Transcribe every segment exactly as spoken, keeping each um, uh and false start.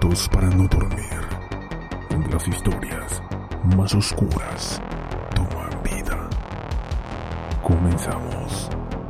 Relatos para no dormir, donde las historias más oscuras toman vida. Comenzamos.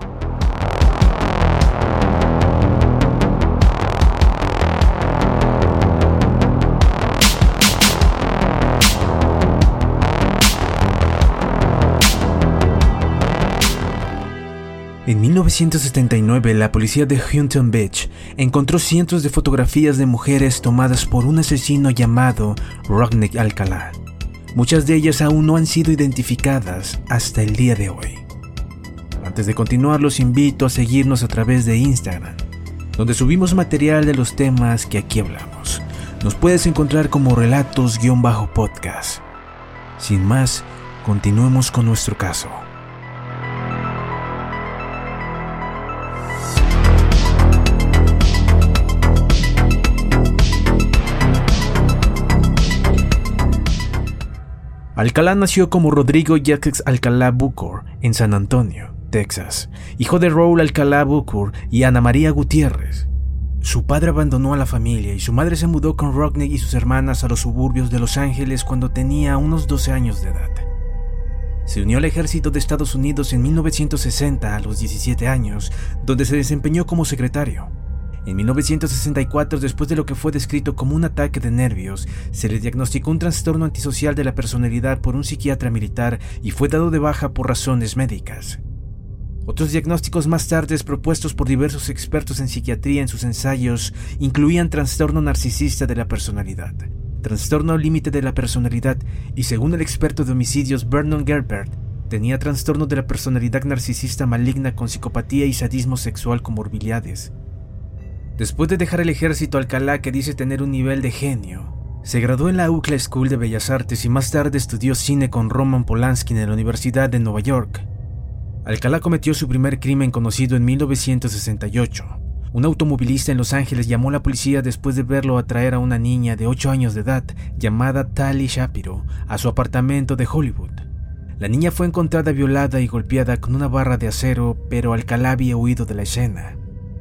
En mil novecientos setenta y nueve, la policía de Huntington Beach encontró cientos de fotografías de mujeres tomadas por un asesino llamado Rodney Alcalá. Muchas de ellas aún no han sido identificadas hasta el día de hoy. Antes de continuar, los invito a seguirnos a través de Instagram, donde subimos material de los temas que aquí hablamos. Nos puedes encontrar como relatos-podcast. Sin más, continuemos con nuestro caso. Alcalá nació como Rodrigo Jacques Alcalá Bucor en San Antonio, Texas, hijo de Raúl Alcalá Bucor y Ana María Gutiérrez. Su padre abandonó a la familia y su madre se mudó con Rodney y sus hermanas a los suburbios de Los Ángeles cuando tenía unos doce años de edad. Se unió al ejército de Estados Unidos en mil novecientos sesenta a los diecisiete años, donde se desempeñó como secretario. En mil novecientos sesenta y cuatro, después de lo que fue descrito como un ataque de nervios, se le diagnosticó un trastorno antisocial de la personalidad por un psiquiatra militar y fue dado de baja por razones médicas. Otros diagnósticos más tarde propuestos por diversos expertos en psiquiatría en sus ensayos incluían trastorno narcisista de la personalidad, trastorno límite de la personalidad y, según el experto de homicidios Vernon Gerbert, tenía trastorno de la personalidad narcisista maligna con psicopatía y sadismo sexual comorbilidades. Después de dejar el ejército, Alcalá, que dice tener un nivel de genio, se graduó en la U C L A School de Bellas Artes y más tarde estudió cine con Roman Polanski en la Universidad de Nueva York. Alcalá cometió su primer crimen conocido en mil novecientos sesenta y ocho. Un automovilista en Los Ángeles llamó a la policía después de verlo atraer a una niña de ocho años de edad llamada Tali Shapiro a su apartamento de Hollywood. La niña fue encontrada violada y golpeada con una barra de acero, pero Alcalá había huido de la escena.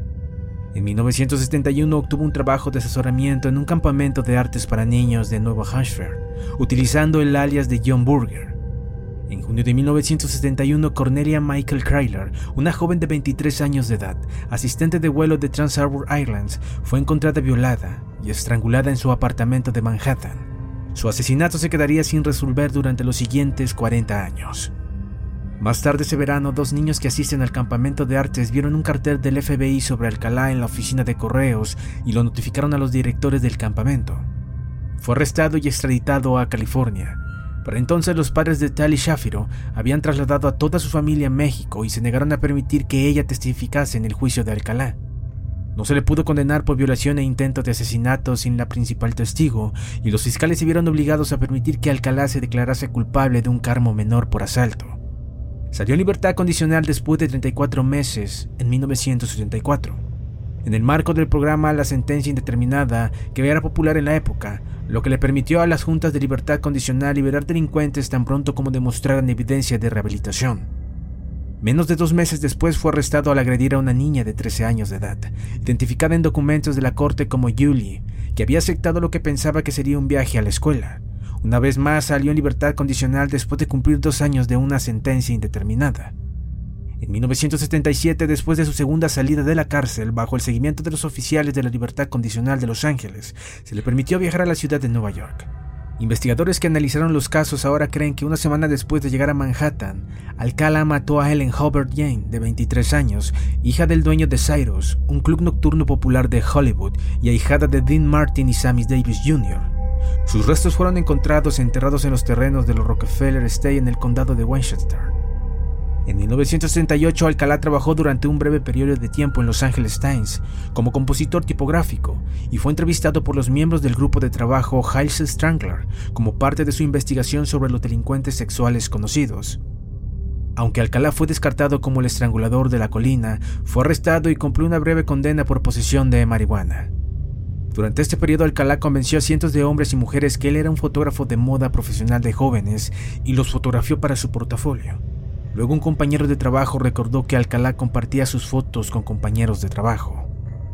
En mil novecientos setenta y uno obtuvo un trabajo de asesoramiento en un campamento de artes para niños de Nueva Hampshire, utilizando el alias de John Burger. En junio de mil novecientos setenta y uno, Cornelia Michael Kryler, una joven de veintitrés años de edad, asistente de vuelo de Trans Harbor Airlines, fue encontrada violada y estrangulada en su apartamento de Manhattan. Su asesinato se quedaría sin resolver durante los siguientes cuarenta años. Más tarde ese verano, dos niños que asisten al campamento de artes vieron un cartel del F B I sobre Alcalá en la oficina de correos y lo notificaron a los directores del campamento. Fue arrestado y extraditado a California. Para entonces, los padres de Tali Shapiro habían trasladado a toda su familia a México y se negaron a permitir que ella testificase en el juicio de Alcalá. No se le pudo condenar por violación e intento de asesinato sin la principal testigo, y los fiscales se vieron obligados a permitir que Alcalá se declarase culpable de un cargo menor por asalto. Salió en libertad condicional después de treinta y cuatro meses, en mil novecientos setenta y cuatro. En el marco del programa La Sentencia Indeterminada, que era popular en la época, lo que le permitió a las juntas de libertad condicional liberar delincuentes tan pronto como demostraran evidencia de rehabilitación. Menos de dos meses después fue arrestado al agredir a una niña de trece años de edad, identificada en documentos de la corte como Julie, que había aceptado lo que pensaba que sería un viaje a la escuela. Una vez más salió en libertad condicional después de cumplir dos años de una sentencia indeterminada. En mil novecientos setenta y siete, después de su segunda salida de la cárcel, bajo el seguimiento de los oficiales de la libertad condicional de Los Ángeles, se le permitió viajar a la ciudad de Nueva York. Investigadores que analizaron los casos ahora creen que una semana después de llegar a Manhattan, Alcalá mató a Helen Hubbard Jane, de veintitrés años, hija del dueño de Cyrus, un club nocturno popular de Hollywood, y ahijada de Dean Martin y Sammy Davis junior Sus restos fueron encontrados enterrados en los terrenos de los Rockefeller Estate en el condado de Westchester. En mil novecientos setenta y ocho, Alcalá trabajó durante un breve periodo de tiempo en Los Angeles Times como compositor tipográfico y fue entrevistado por los miembros del grupo de trabajo Giles Strangler como parte de su investigación sobre los delincuentes sexuales conocidos. Aunque Alcalá fue descartado como el estrangulador de la colina, fue arrestado y cumplió una breve condena por posesión de marihuana. Durante este periodo, Alcalá convenció a cientos de hombres y mujeres que él era un fotógrafo de moda profesional de jóvenes y los fotografió para su portafolio. Luego un compañero de trabajo recordó que Alcalá compartía sus fotos con compañeros de trabajo.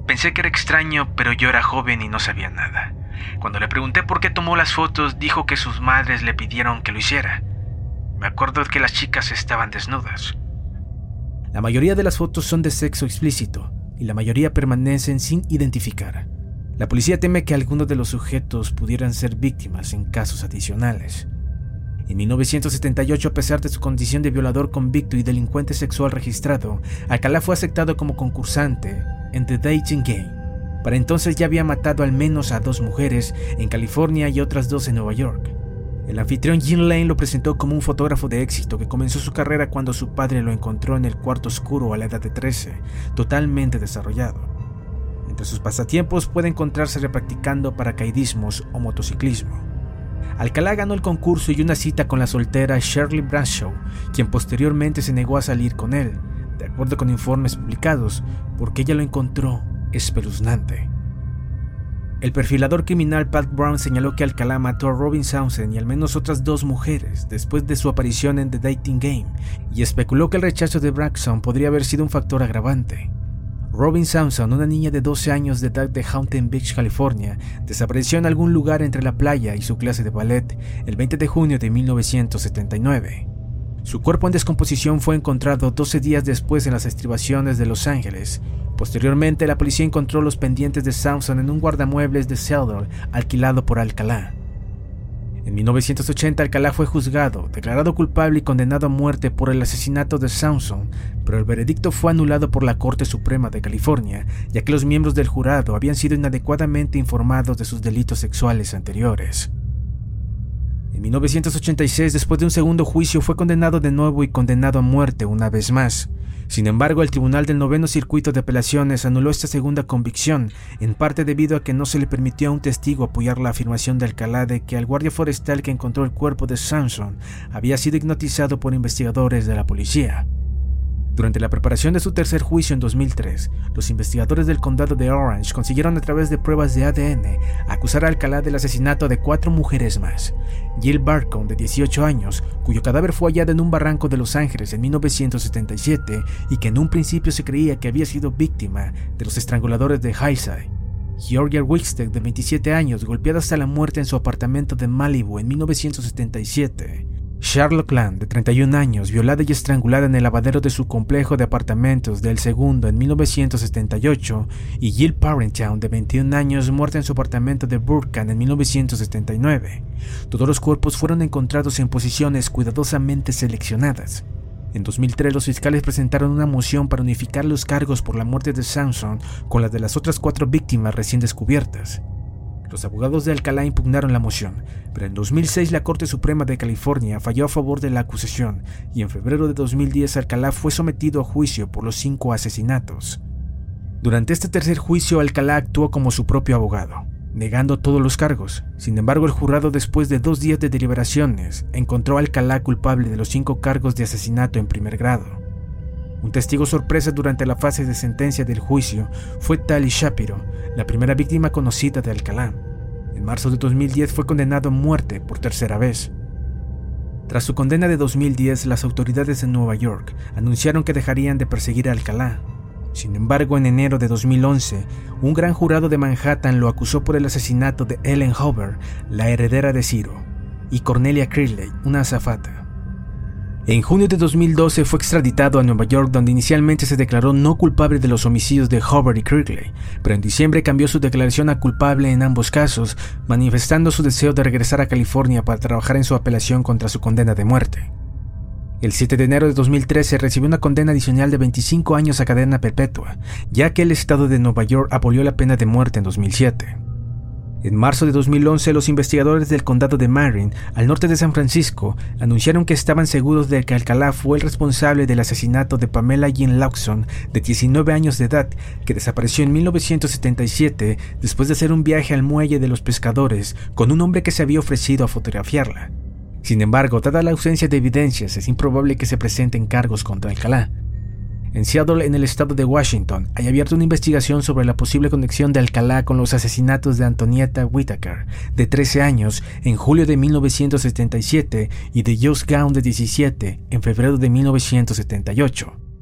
Pensé que era extraño, pero yo era joven y no sabía nada. Cuando le pregunté por qué tomó las fotos, dijo que sus madres le pidieron que lo hiciera. Me acuerdo que las chicas estaban desnudas. La mayoría de las fotos son de sexo explícito y la mayoría permanecen sin identificar. La policía teme que algunos de los sujetos pudieran ser víctimas en casos adicionales. En mil novecientos setenta y ocho, a pesar de su condición de violador convicto y delincuente sexual registrado, Alcalá fue aceptado como concursante en The Dating Game. Para entonces ya había matado al menos a dos mujeres en California y otras dos en Nueva York. El anfitrión Jim Lane lo presentó como un fotógrafo de éxito que comenzó su carrera cuando su padre lo encontró en el cuarto oscuro a la edad de trece, totalmente desarrollado. Entre sus pasatiempos puede encontrarse practicando paracaidismos o motociclismo. Alcalá ganó el concurso y una cita con la soltera Shirley Bradshaw, quien posteriormente se negó a salir con él, de acuerdo con informes publicados, porque ella lo encontró espeluznante. El perfilador criminal Pat Brown señaló que Alcalá mató a Robin Townsend y al menos otras dos mujeres después de su aparición en The Dating Game, y especuló que el rechazo de Braxton podría haber sido un factor agravante. Robin Townsend, una niña de doce años de edad de Hampton Beach, California, desapareció en algún lugar entre la playa y su clase de ballet el veinte de junio de mil novecientos setenta y nueve. Su cuerpo en descomposición fue encontrado doce días después en las estribaciones de Los Ángeles. Posteriormente, la policía encontró los pendientes de Townsend en un guardamuebles de Seattle alquilado por Alcalá. En mil novecientos ochenta, Alcalá fue juzgado, declarado culpable y condenado a muerte por el asesinato de Townsend, pero el veredicto fue anulado por la Corte Suprema de California, ya que los miembros del jurado habían sido inadecuadamente informados de sus delitos sexuales anteriores. En mil novecientos ochenta y seis, después de un segundo juicio, fue condenado de nuevo y condenado a muerte una vez más. Sin embargo, el Tribunal del Noveno Circuito de Apelaciones anuló esta segunda convicción, en parte debido a que no se le permitió a un testigo apoyar la afirmación de Alcalá de que el guardia forestal que encontró el cuerpo de Townsend había sido hipnotizado por investigadores de la policía. Durante la preparación de su tercer juicio en dos mil tres, los investigadores del condado de Orange consiguieron a través de pruebas de A D N acusar a Alcalá del asesinato de cuatro mujeres más. Jill Barcombe, de dieciocho años, cuyo cadáver fue hallado en un barranco de Los Ángeles en mil novecientos setenta y siete y que en un principio se creía que había sido víctima de los estranguladores de Hillside. Georgia Wickstead, de veintisiete años, golpeada hasta la muerte en su apartamento de Malibu en mil novecientos setenta y siete. Charlotte Land, de treinta y un años, violada y estrangulada en el lavadero de su complejo de apartamentos de El Segundo en mil novecientos setenta y ocho, y Jill Parenttown, de veintiún años, muerta en su apartamento de Burbank en mil novecientos setenta y nueve. Todos los cuerpos fueron encontrados en posiciones cuidadosamente seleccionadas. En dos mil tres, los fiscales presentaron una moción para unificar los cargos por la muerte de Townsend con las de las otras cuatro víctimas recién descubiertas. Los abogados de Alcalá impugnaron la moción, pero en dos mil seis la Corte Suprema de California falló a favor de la acusación y en febrero de dos mil diez Alcalá fue sometido a juicio por los cinco asesinatos. Durante este tercer juicio, Alcalá actuó como su propio abogado, negando todos los cargos. Sin embargo, el jurado, después de dos días de deliberaciones, encontró a Alcalá culpable de los cinco cargos de asesinato en primer grado. Un testigo sorpresa durante la fase de sentencia del juicio fue Tali Shapiro, la primera víctima conocida de Alcalá. En marzo de dos mil diez fue condenado a muerte por tercera vez. Tras su condena de dos mil diez, las autoridades de Nueva York anunciaron que dejarían de perseguir a Alcalá. Sin embargo, en enero de dos mil once, un gran jurado de Manhattan lo acusó por el asesinato de Ellen Hoover, la heredera de Ciro, y Cornelia Crilley, una azafata. En junio de dos mil doce fue extraditado a Nueva York, donde inicialmente se declaró no culpable de los homicidios de Hoover y Crilley, pero en diciembre cambió su declaración a culpable en ambos casos, manifestando su deseo de regresar a California para trabajar en su apelación contra su condena de muerte. El siete de enero de dos mil trece recibió una condena adicional de veinticinco años a cadena perpetua, ya que el estado de Nueva York abolió la pena de muerte en dos mil siete. En marzo de dos mil once, los investigadores del condado de Marin, al norte de San Francisco, anunciaron que estaban seguros de que Alcalá fue el responsable del asesinato de Pamela Jean Lawson, de diecinueve años de edad, que desapareció en mil novecientos setenta y siete después de hacer un viaje al muelle de los pescadores con un hombre que se había ofrecido a fotografiarla. Sin embargo, dada la ausencia de evidencias, es improbable que se presenten cargos contra Alcalá. En Seattle, en el estado de Washington, hay abierta una investigación sobre la posible conexión de Alcalá con los asesinatos de Antonietta Whitaker, de trece años, en julio de mil novecientos setenta y siete, y de Josh Gaun, de diecisiete, en febrero de mil novecientos setenta y ocho.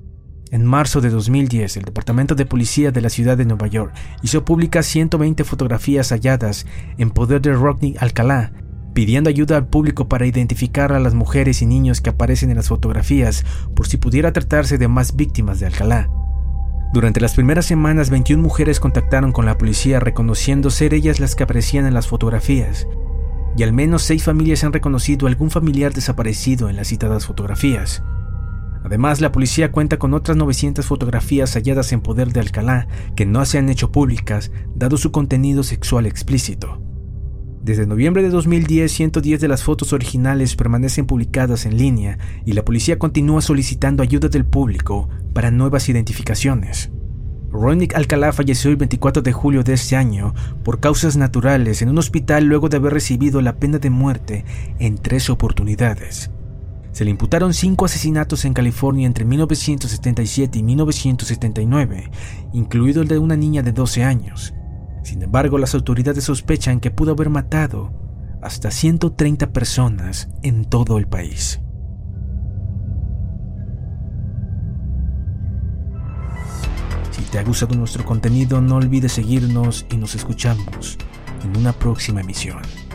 En marzo de dos mil diez, el Departamento de Policía de la ciudad de Nueva York hizo públicas ciento veinte fotografías halladas en poder de Rodney Alcalá, pidiendo ayuda al público para identificar a las mujeres y niños que aparecen en las fotografías por si pudiera tratarse de más víctimas de Alcalá. Durante las primeras semanas, veintiuna mujeres contactaron con la policía reconociendo ser ellas las que aparecían en las fotografías, y al menos seis familias han reconocido a algún familiar desaparecido en las citadas fotografías. Además, la policía cuenta con otras novecientas fotografías halladas en poder de Alcalá que no se han hecho públicas, dado su contenido sexual explícito. Desde noviembre de dos mil diez, ciento diez de las fotos originales permanecen publicadas en línea y la policía continúa solicitando ayuda del público para nuevas identificaciones. Rodney Alcalá falleció el veinticuatro de julio de este año por causas naturales en un hospital luego de haber recibido la pena de muerte en tres oportunidades. Se le imputaron cinco asesinatos en California entre mil novecientos setenta y siete y mil novecientos setenta y nueve, incluido el de una niña de doce años. Sin embargo, las autoridades sospechan que pudo haber matado hasta ciento treinta personas en todo el país. Si te ha gustado nuestro contenido, no olvides seguirnos y nos escuchamos en una próxima emisión.